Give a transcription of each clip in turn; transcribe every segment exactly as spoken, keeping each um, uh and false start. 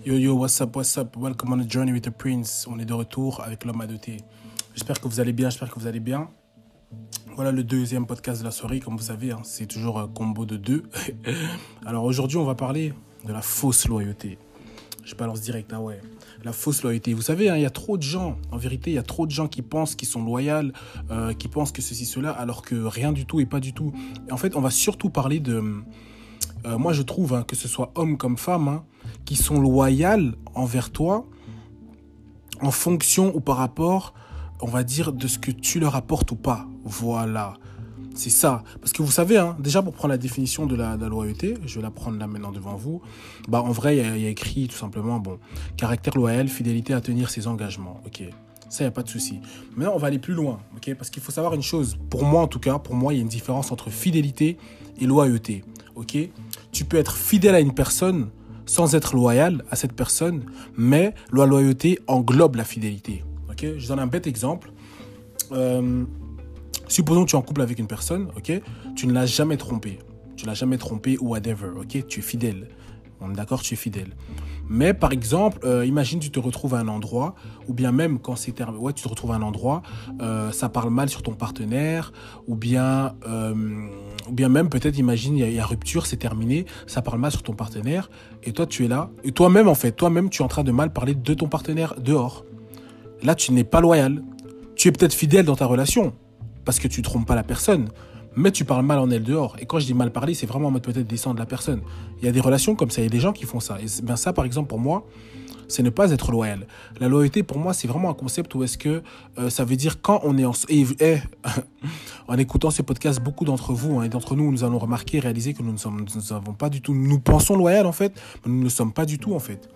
Yo yo, what's up, what's up? Welcome on a journey with the prince. On est de retour avec l'homme à deux T. J'espère que vous allez bien, j'espère que vous allez bien. Voilà le deuxième podcast de la soirée, comme vous savez, hein, c'est toujours un combo de deux. Alors aujourd'hui, on va parler de la fausse loyauté. Je balance direct, ah ouais. La fausse loyauté. Vous savez, il hein, y a trop de gens, en vérité, il y a trop de gens qui pensent qu'ils sont loyaux, euh, qui pensent que ceci, cela, alors que rien du tout et pas du tout. Et en fait, on va surtout parler de... Euh, moi, je trouve, hein, que ce soit homme comme femme, hein, qui sont loyaux envers toi en fonction ou par rapport, on va dire, de ce que tu leur apportes ou pas. Voilà. C'est ça. Parce que vous savez, hein, déjà pour prendre la définition de la, de la loyauté, je vais la prendre là maintenant devant vous. Bah, en vrai, il y, y a écrit tout simplement, bon, caractère loyal, fidélité à tenir ses engagements. Ok. Ça, il n'y a pas de souci. Maintenant, on va aller plus loin. Ok. Parce qu'il faut savoir une chose. Pour moi, en tout cas, pour moi, il y a une différence entre fidélité et loyauté. Ok. Tu peux être fidèle à une personne sans être loyal à cette personne, mais la loyauté englobe la fidélité. Ok. Je donne un bête exemple. Euh... Supposons que tu es en couple avec une personne, ok, tu ne l'as jamais trompé. Tu ne l'as jamais trompé ou whatever, ok, tu es fidèle. On est d'accord, tu es fidèle. Mais par exemple, euh, imagine tu te retrouves à un endroit, ou bien même quand c'est terminé, ouais, tu te retrouves à un endroit, euh, ça parle mal sur ton partenaire, ou bien, euh, ou bien même peut-être, imagine, il y, y a rupture, c'est terminé, ça parle mal sur ton partenaire, et toi tu es là, et toi-même en fait, toi-même tu es en train de mal parler de ton partenaire dehors. Là, tu n'es pas loyal. Tu es peut-être fidèle dans ta relation, parce que tu ne trompes pas la personne, mais tu parles mal en elle dehors. Et quand je dis mal parler, c'est vraiment en mode peut-être descendre la personne. Il y a des relations comme ça, il y a des gens qui font ça. Et bien ça, par exemple, pour moi, c'est ne pas être loyal. La loyauté, pour moi, c'est vraiment un concept où est-ce que euh, ça veut dire quand on est en... Et, et, en écoutant ce podcast, beaucoup d'entre vous hein, et d'entre nous, nous allons remarquer, réaliser que nous ne sommes, nous avons pas du tout... Nous pensons loyal, en fait, mais nous ne le sommes pas du tout, en fait.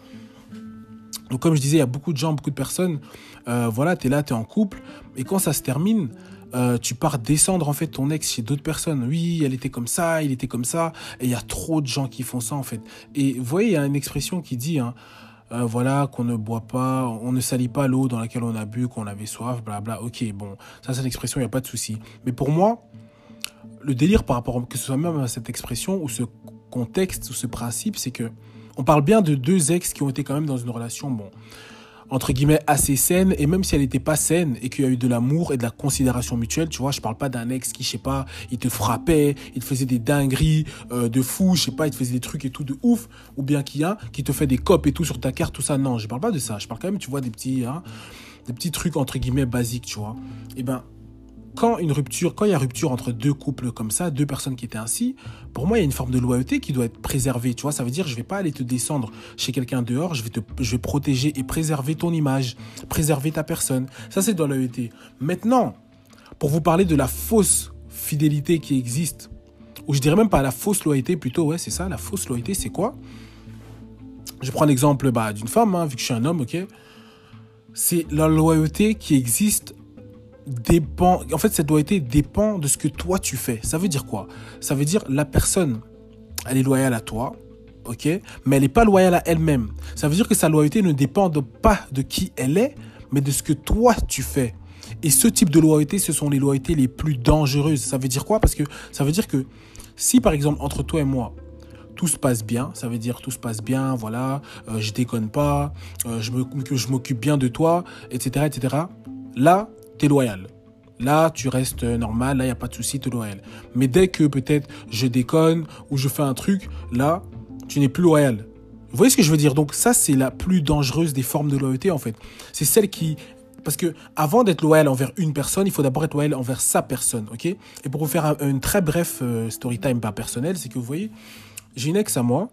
Donc, comme je disais, il y a beaucoup de gens, beaucoup de personnes. Euh, voilà, tu es là, tu es en couple. Et quand ça se termine... Euh, tu pars descendre en fait ton ex chez d'autres personnes. Oui, elle était comme ça, il était comme ça. Et il y a trop de gens qui font ça en fait. Et vous voyez, il y a une expression qui dit, hein, euh, voilà, qu'on ne boit pas, on ne salit pas l'eau dans laquelle on a bu, qu'on avait soif, blabla. Ok, bon, ça c'est l'expression, il n'y a pas de souci. Mais pour moi, le délire par rapport, que ce soit même à cette expression ou ce contexte ou ce principe, c'est que on parle bien de deux ex qui ont été quand même dans une relation, bon, entre guillemets, assez saine, et même si elle n'était pas saine, et qu'il y a eu de l'amour et de la considération mutuelle, tu vois, je parle pas d'un ex qui, je sais pas, il te frappait, il te faisait des dingueries euh, de fou, je sais pas, il te faisait des trucs et tout de ouf, ou bien qu'il y a, qui te fait des copes et tout sur ta carte, tout ça, non, je parle pas de ça, je parle quand même, tu vois, des petits, hein, des petits trucs, entre guillemets, basiques, tu vois, et ben, quand une rupture, quand il y a rupture entre deux couples comme ça, deux personnes qui étaient ainsi, pour moi, il y a une forme de loyauté qui doit être préservée. Tu vois, ça veut dire, je vais pas aller te descendre chez quelqu'un dehors, je vais te, je vais protéger et préserver ton image, préserver ta personne. Ça, c'est de la loyauté. Maintenant, pour vous parler de la fausse fidélité qui existe, ou je dirais même pas la fausse loyauté, plutôt, ouais, c'est ça, la fausse loyauté, c'est quoi? Je prends l'exemple bah, d'une femme, hein, vu que je suis un homme, ok? C'est la loyauté qui existe dépend, en fait, cette loyauté dépend de ce que toi tu fais. Ça veut dire quoi? Ça veut dire la personne, elle est loyale à toi, ok, mais elle n'est pas loyale à elle-même. Ça veut dire que sa loyauté ne dépend de, pas de qui elle est, mais de ce que toi tu fais. Et ce type de loyauté, ce sont les loyautés les plus dangereuses. Ça veut dire quoi? Parce que ça veut dire que si par exemple entre toi et moi, tout se passe bien, ça veut dire tout se passe bien, voilà, euh, je déconne pas, euh, je me, que je m'occupe bien de toi, et cetera, et cetera. Là, t'es loyal. Là, tu restes normal, là, il n'y a pas de souci, t'es loyal. Mais dès que peut-être je déconne ou je fais un truc, là, tu n'es plus loyal. Vous voyez ce que je veux dire? Donc ça, c'est la plus dangereuse des formes de loyauté, en fait. C'est celle qui... Parce que avant d'être loyal envers une personne, il faut d'abord être loyal envers sa personne, ok? Et pour vous faire un, une très bref euh, story time pas personnel, c'est que vous voyez, j'ai une ex à moi,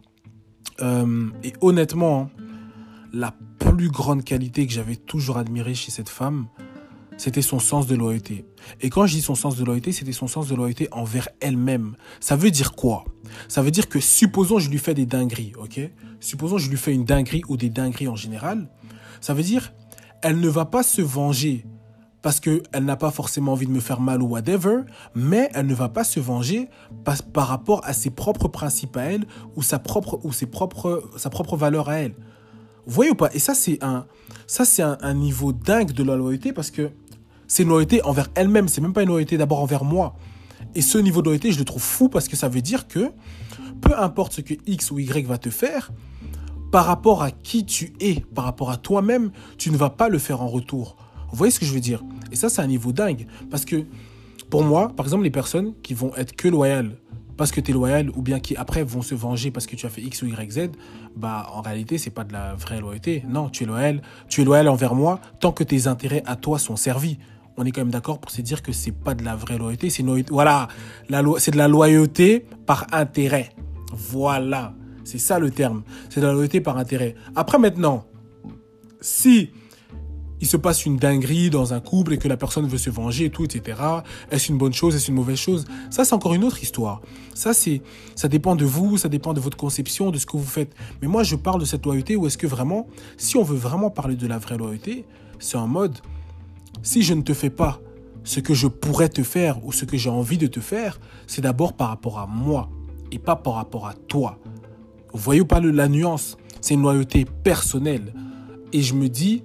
euh, et honnêtement, hein, la plus grande qualité que j'avais toujours admirée chez cette femme, c'était son sens de loyauté. Et quand je dis son sens de loyauté, c'était son sens de loyauté envers elle-même. Ça veut dire quoi? Ça veut dire que supposons je lui fais des dingueries, ok? Supposons je lui fais une dinguerie ou des dingueries en général. Ça veut dire elle ne va pas se venger parce qu'elle n'a pas forcément envie de me faire mal ou whatever, mais elle ne va pas se venger par, par rapport à ses propres principes à elle ou, sa propre, ou ses propres, sa propre valeur à elle. Vous voyez ou pas? Et ça, c'est un, ça, c'est un, un niveau dingue de la loyauté parce que c'est une loyauté envers elle-même. C'est même pas une loyauté d'abord envers moi. Et ce niveau de loyauté, je le trouve fou parce que ça veut dire que peu importe ce que X ou Y va te faire, par rapport à qui tu es, par rapport à toi-même, tu ne vas pas le faire en retour. Vous voyez ce que je veux dire? Et ça, c'est un niveau dingue. Parce que, pour moi, par exemple, les personnes qui vont être que loyales parce que tu es loyal, ou bien qui après vont se venger parce que tu as fait X ou Y, Z, bah en réalité, c'est pas de la vraie loyauté. Non, tu es loyal, tu es loyal envers moi tant que tes intérêts à toi sont servis. On est quand même d'accord pour se dire que c'est pas de la vraie loyauté, c'est une loyauté, voilà, la lo- c'est de la loyauté par intérêt. Voilà, c'est ça le terme. C'est de la loyauté par intérêt. Après maintenant, si il se passe une dinguerie dans un couple et que la personne veut se venger et tout, et cetera. Est-ce une bonne chose? Est-ce une mauvaise chose? Ça, c'est encore une autre histoire. Ça, c'est, ça dépend de vous, ça dépend de votre conception, de ce que vous faites. Mais moi, je parle de cette loyauté où est-ce que vraiment, si on veut vraiment parler de la vraie loyauté, c'est en mode, si je ne te fais pas ce que je pourrais te faire ou ce que j'ai envie de te faire, c'est d'abord par rapport à moi et pas par rapport à toi. Vous voyez ou pas le, la nuance? C'est une loyauté personnelle. Et je me dis,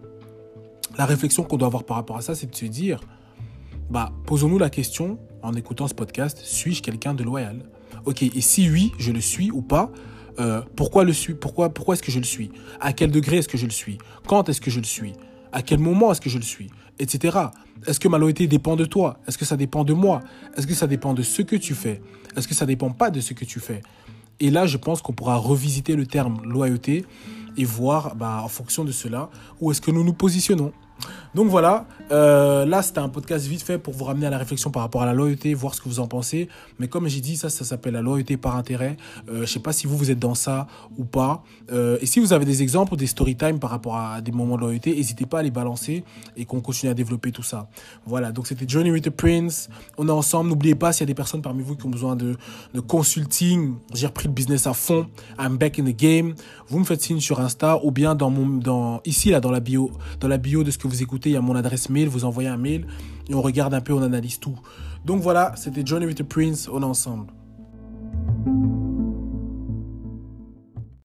la réflexion qu'on doit avoir par rapport à ça, c'est de se dire, bah, posons-nous la question, en écoutant ce podcast, suis-je quelqu'un de loyal? Ok, et si oui, je le suis ou pas, euh, pourquoi le suis, pourquoi, pourquoi est-ce que je le suis? À quel degré est-ce que je le suis? Quand est-ce que je le suis? À quel moment est-ce que je le suis? Etc. Est-ce que ma loyauté dépend de toi? Est-ce que ça dépend de moi? Est-ce que ça dépend de ce que tu fais? Est-ce que ça dépend pas de ce que tu fais? Et là, je pense qu'on pourra revisiter le terme loyauté et voir, bah, en fonction de cela, où est-ce que nous nous positionnons. Donc voilà, euh, là c'était un podcast vite fait pour vous ramener à la réflexion par rapport à la loyauté, voir ce que vous en pensez. Mais comme j'ai dit, ça, ça s'appelle la loyauté par intérêt. Euh, je ne sais pas si vous, vous êtes dans ça ou pas. Euh, et si vous avez des exemples ou des story time par rapport à des moments de loyauté, n'hésitez pas à les balancer et qu'on continue à développer tout ça. Voilà, donc c'était Journey with the Prince. On est ensemble. N'oubliez pas, s'il y a des personnes parmi vous qui ont besoin de, de consulting, j'ai repris le business à fond. I'm back in the game. Vous me faites signe sur Insta ou bien dans mon, dans, ici, là, dans la bio, dans la bio de ce que vous écoutez, il y a mon adresse mail, vous envoyez un mail et on regarde un peu, on analyse tout. Donc voilà, c'était Journey with the Prince, on est ensemble.